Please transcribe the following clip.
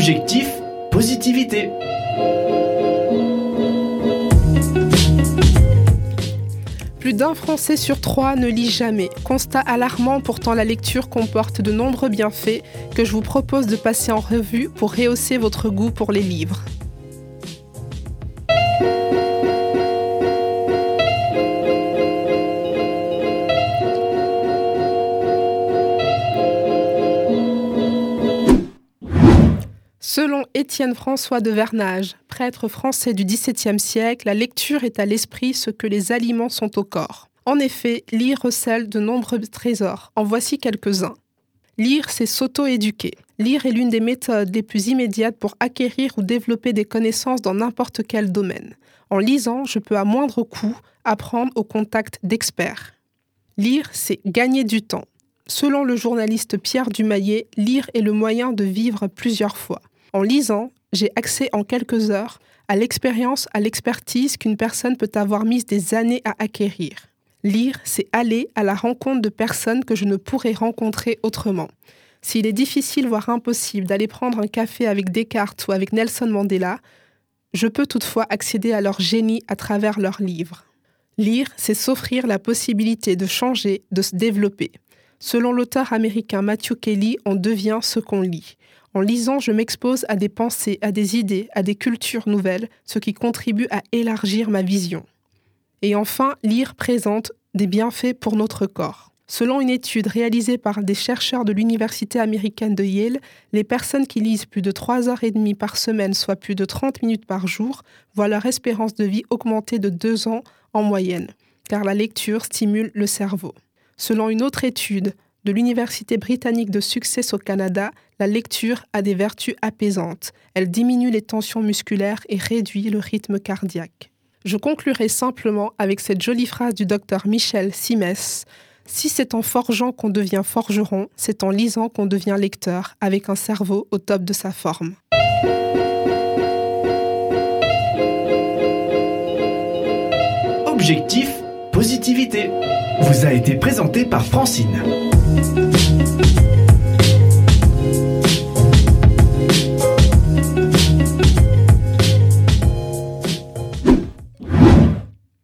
Objectif, positivité. Plus d'un Français sur 3 ne lit jamais. Constat alarmant, pourtant la lecture comporte de nombreux bienfaits que je vous propose de passer en revue pour rehausser votre goût pour les livres. Selon Étienne François de Vernage, prêtre français du XVIIe siècle, la lecture est à l'esprit ce que les aliments sont au corps. En effet, lire recèle de nombreux trésors. En voici quelques-uns. Lire, c'est s'auto-éduquer. Lire est l'une des méthodes les plus immédiates pour acquérir ou développer des connaissances dans n'importe quel domaine. En lisant, je peux à moindre coût apprendre au contact d'experts. Lire, c'est gagner du temps. Selon le journaliste Pierre Dumayet, lire est le moyen de vivre plusieurs fois. En lisant, j'ai accès en quelques heures à l'expérience, à l'expertise qu'une personne peut avoir mise des années à acquérir. Lire, c'est aller à la rencontre de personnes que je ne pourrais rencontrer autrement. S'il est difficile, voire impossible, d'aller prendre un café avec Descartes ou avec Nelson Mandela, je peux toutefois accéder à leur génie à travers leurs livres. Lire, c'est s'offrir la possibilité de changer, de se développer. Selon l'auteur américain Matthew Kelly, on devient ce qu'on lit. En lisant, je m'expose à des pensées, à des idées, à des cultures nouvelles, ce qui contribue à élargir ma vision. Et enfin, lire présente des bienfaits pour notre corps. Selon une étude réalisée par des chercheurs de l'université américaine de Yale, les personnes qui lisent plus de 3h30 par semaine, soit plus de 30 minutes par jour, voient leur espérance de vie augmenter de 2 ans en moyenne, car la lecture stimule le cerveau. Selon une autre étude de l'Université britannique de Sussex au Canada, la lecture a des vertus apaisantes. Elle diminue les tensions musculaires et réduit le rythme cardiaque. Je conclurai simplement avec cette jolie phrase du docteur Michel Simès. « Si c'est en forgeant qu'on devient forgeron, c'est en lisant qu'on devient lecteur, avec un cerveau au top de sa forme. » Objectif, positivité. Vous a été présenté par Francine.